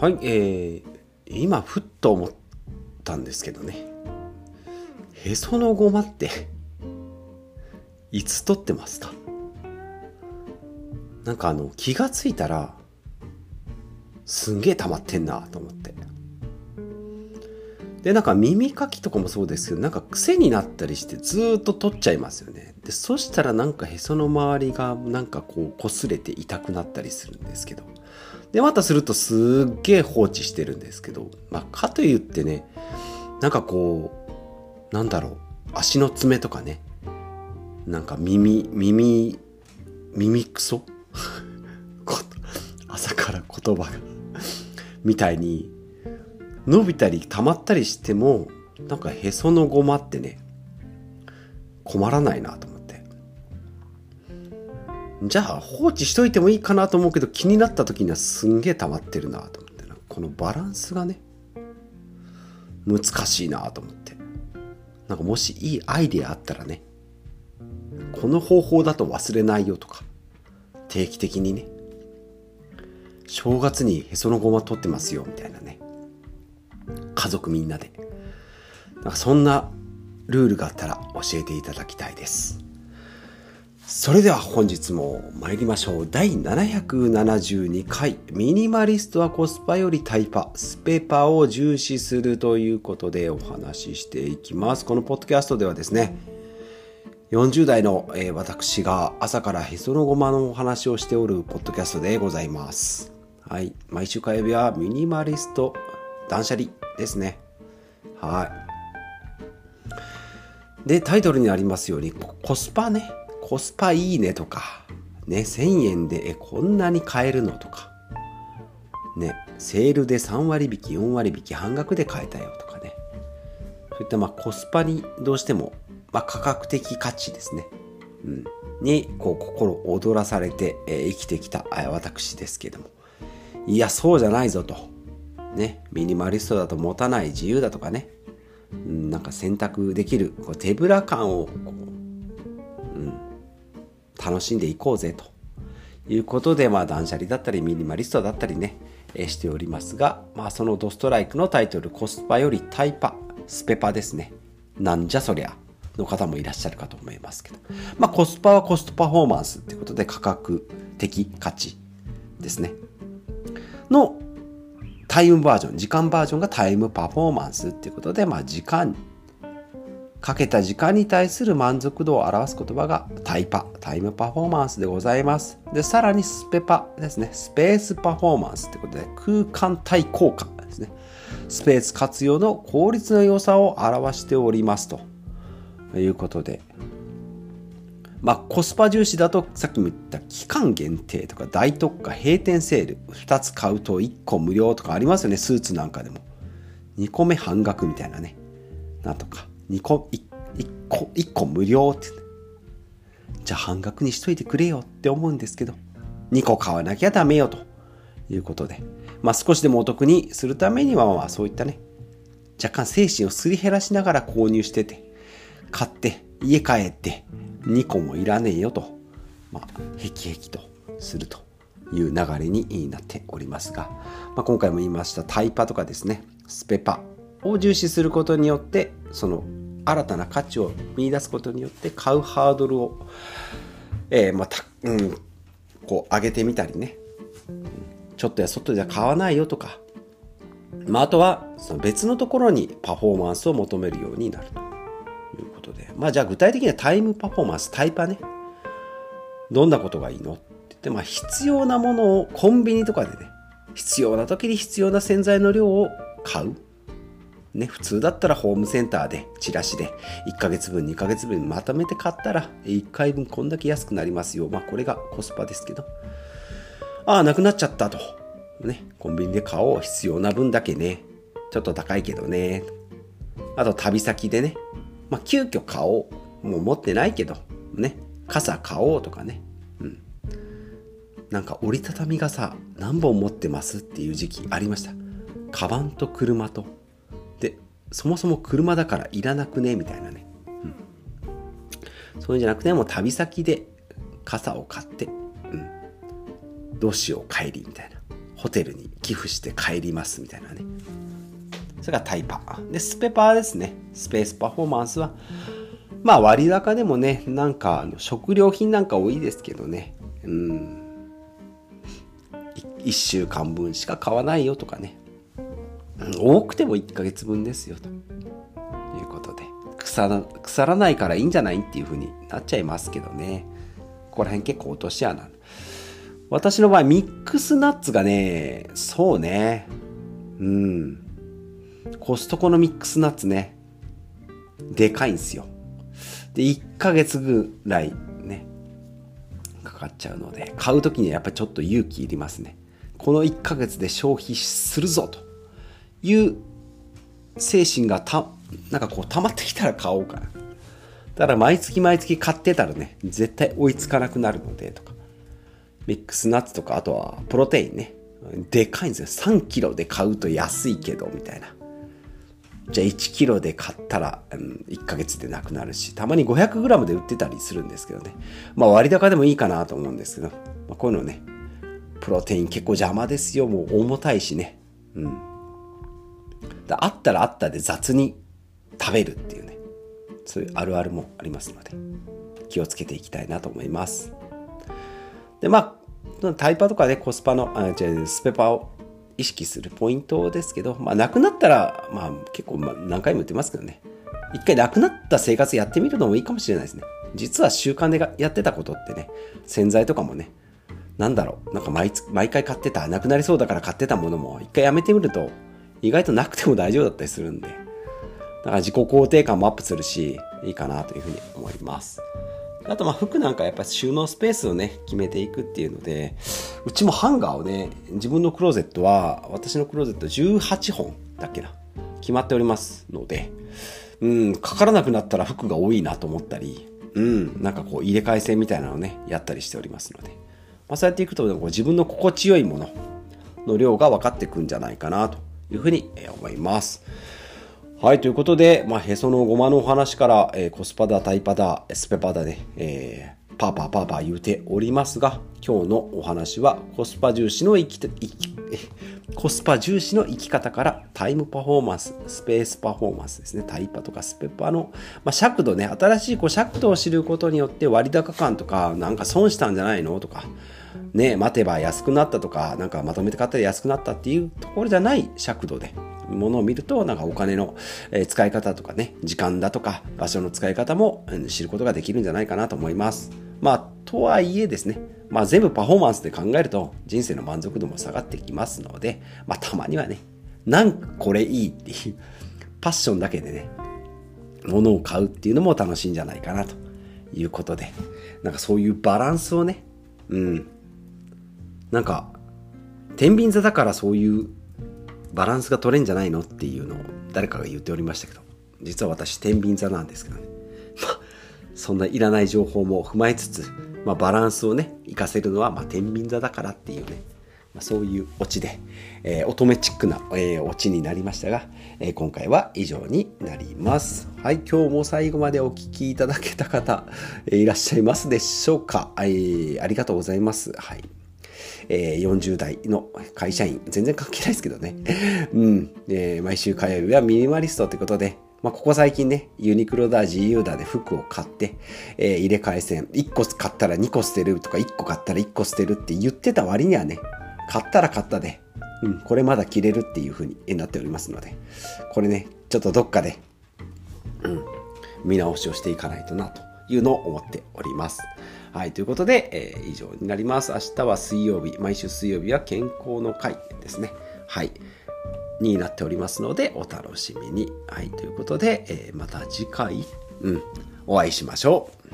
はい、今ふっと思ったんですけどね、へそのごまっていつ取ってますか？なんか気がついたらすんげえ溜まってんなと思って。で、なんか耳かきとかもそうですけど、なんか癖になったりしてずーっと取っちゃいますよね。で、そしたらなんかへその周りがなんかこう擦れて痛くなったりするんですけど。で、またするとすっげえ放置してるんですけど、かといってね、なんかこう、足の爪とかね、なんか耳クソ朝から言葉がみたいに伸びたり溜まったりしても、なんかへそのごまってね、困らないなと思って。じゃあ放置しといてもいいかなと思うけど、気になった時にはすんげえ溜まってるなと思って、このバランスがね、難しいなと思って。なんかもしいいアイデアあったらね、この方法だと忘れないよとか、定期的にね、正月にへそのごま取ってますよみたいなね、家族みんなで、なんかそんなルールがあったら教えていただきたいです。それでは本日も参りましょう。第772回ミニマリストはコスパよりタイパ、スペパを重視するということでお話ししていきます。このポッドキャストではですね、40代の、私が朝からへそのごまのお話をしておるポッドキャストでございます。はい、毎週火曜日はミニマリスト断捨離ですね。はい。で、タイトルにありますように、コスパね。コスパいいねとか、ね、1000円でこんなに買えるのとか、ね、セールで3割引き、4割引き、半額で買えたよとかね。そういったコスパにどうしても、価格的価値ですね。にこう心躍らされて、生きてきた私ですけども。いや、そうじゃないぞと。ね、ミニマリストだと持たない自由だとかね。なんか選択できる手ぶら感を楽しんでいこうぜということで、断捨離だったりミニマリストだったりね、しておりますが、そのドストライクのタイトル、コスパよりタイパ、スペパですね。なんじゃそりゃの方もいらっしゃるかと思いますけど、コスパはコストパフォーマンスっていうことで、価格的価値ですねのタイムバージョン、時間バージョンがタイムパフォーマンスっていうことで、時間かけた時間に対する満足度を表す言葉がタイパ、タイムパフォーマンスでございます。で、さらにスペパですね。スペースパフォーマンスということで、空間対効果ですね。スペース活用の効率の良さを表しておりますということで、コスパ重視だとさっきも言った期間限定とか大特価、閉店セール、2つ買うと1個無料とかありますよね。スーツなんかでも。2個目半額みたいなね。なんとか。1個無料って、じゃあ半額にしといてくれよって思うんですけど、2個買わなきゃダメよということで、少しでもお得にするためにはそういったね、若干精神をすり減らしながら購入してて、買って家帰って2個もいらねえよと、へきへきとするという流れになっておりますが、今回も言いましたタイパとかですね、スペパを重視することによって、その新たな価値を見出すことによって買うハードルを、こう上げてみたりね、ちょっとやそっとじゃ買わないよとか、あとはその別のところにパフォーマンスを求めるようになるということで、じゃあ具体的にはタイムパフォーマンス、タイパね、どんなことがいいのって言って、必要なものをコンビニとかでね、必要な時に必要な洗剤の量を買う。ね、普通だったらホームセンターでチラシで1ヶ月分2ヶ月分まとめて買ったら1回分こんだけ安くなりますよ。これがコスパですけど、なくなっちゃったとね、コンビニで買おう、必要な分だけね、ちょっと高いけどね、あと旅先でね、急遽買おう、もう持ってないけどね、傘買おうとかね、なんか折りたたみ傘何本持ってますっていう時期ありました。カバンと車とで、そもそも車だからいらなくねみたいなね、そういうんじゃなくて、もう旅先で傘を買って、どうしよう帰りみたいな、 ホテルに寄付して帰りますみたいなね。それがタイパ。で、スペパーですね。スペースパフォーマンスは、まあ割高でもね、なんか食料品なんか多いですけどね。1週間分しか買わないよとかね。多くても1ヶ月分ですよということで。腐らないからいいんじゃないっていう風になっちゃいますけどね。ここら辺結構落とし穴。私の場合ミックスナッツがね、そうね。コストコのミックスナッツね、でかいんですよ。で、1ヶ月ぐらいね、かかっちゃうので、買うときにはやっぱりちょっと勇気いりますね。この1ヶ月で消費するぞという精神がなんかこう溜まってきたら買おうかな。だから毎月毎月買ってたらね、絶対追いつかなくなるのでとか。ミックスナッツとか、あとはプロテインね。でかいんですよ。3キロで買うと安いけど、みたいな。じゃあ1キロで買ったら、1ヶ月でなくなるし、たまに 500g で売ってたりするんですけどね。まあ割高でもいいかなと思うんですけど、こういうのね、プロテイン結構邪魔ですよ。もう重たいしね。あったらあったで雑に食べるっていうね。そういうあるあるもありますので、気をつけていきたいなと思います。で、まあ、タイパとかね、コスパの、スペパを意識するポイントですけど、まあ、なくなったら、まあ、結構何回も言ってますけどね、一回なくなった生活やってみるのもいいかもしれないですね。実は習慣でやってたことってね、洗剤とかもね、なんか毎回買ってた、なくなりそうだから買ってたものも、一回やめてみると、意外となくても大丈夫だったりするんで、だから自己肯定感もアップするし、いいかなというふうに思います。あと服なんかやっぱり収納スペースをね決めていくっていうので、うちもハンガーをね、自分のクローゼットは、私のクローゼット18本だっけな、決まっておりますので、かからなくなったら服が多いなと思ったり、なんかこう入れ替え戦みたいなのをねやったりしておりますので、そうやっていくと自分の心地よいものの量が分かってくんじゃないかなというふうに思います。はい、ということで、へそのごまのお話から、コスパだ、タイパだ、スペパだで、パーパー言うておりますが、今日のお話はコスパ重視の生き方からタイムパフォーマンス、スペースパフォーマンスですね、タイパとかスペパの、尺度ね、新しい尺度を知ることによって割高感とか、なんか損したんじゃないのとか、ね、待てば安くなったとか、なんかまとめて買ったら安くなったっていうところじゃない尺度で、ものを見ると、なんかお金の使い方とかね、時間だとか場所の使い方も知ることができるんじゃないかなと思います。とはいえですね、全部パフォーマンスで考えると人生の満足度も下がってきますので、たまにはね、これいいっていうパッションだけでね、物を買うっていうのも楽しいんじゃないかなということで、なんかそういうバランスをね、なんか天秤座だからそういうバランスが取れんじゃないのっていうのを誰かが言っておりましたけど、実は私天秤座なんですけどね、そんないらない情報も踏まえつつ、バランスをね活かせるのは天秤座だからっていうね、そういうオチで、乙女チックな、オチになりましたが、今回は以上になります。はい、今日も最後までお聞きいただけた方、いらっしゃいますでしょうか。ありがとうございます。はい。40代の会社員、全然関係ないですけどね。毎週火曜日はミニマリストということで、ここ最近ね、ユニクロだ、GU だで服を買って、入れ替え戦、1個買ったら2個捨てるとか、1個買ったら1個捨てるって言ってた割にはね、買ったら買ったで、これまだ着れるっていう風になっておりますので、これね、ちょっとどっかで、見直しをしていかないとなというのを思っております。はい、ということで、以上になります。明日は水曜日、毎週水曜日は健康の会ですね。はい。になっておりますので、お楽しみに。はい、ということで、また次回、お会いしましょう。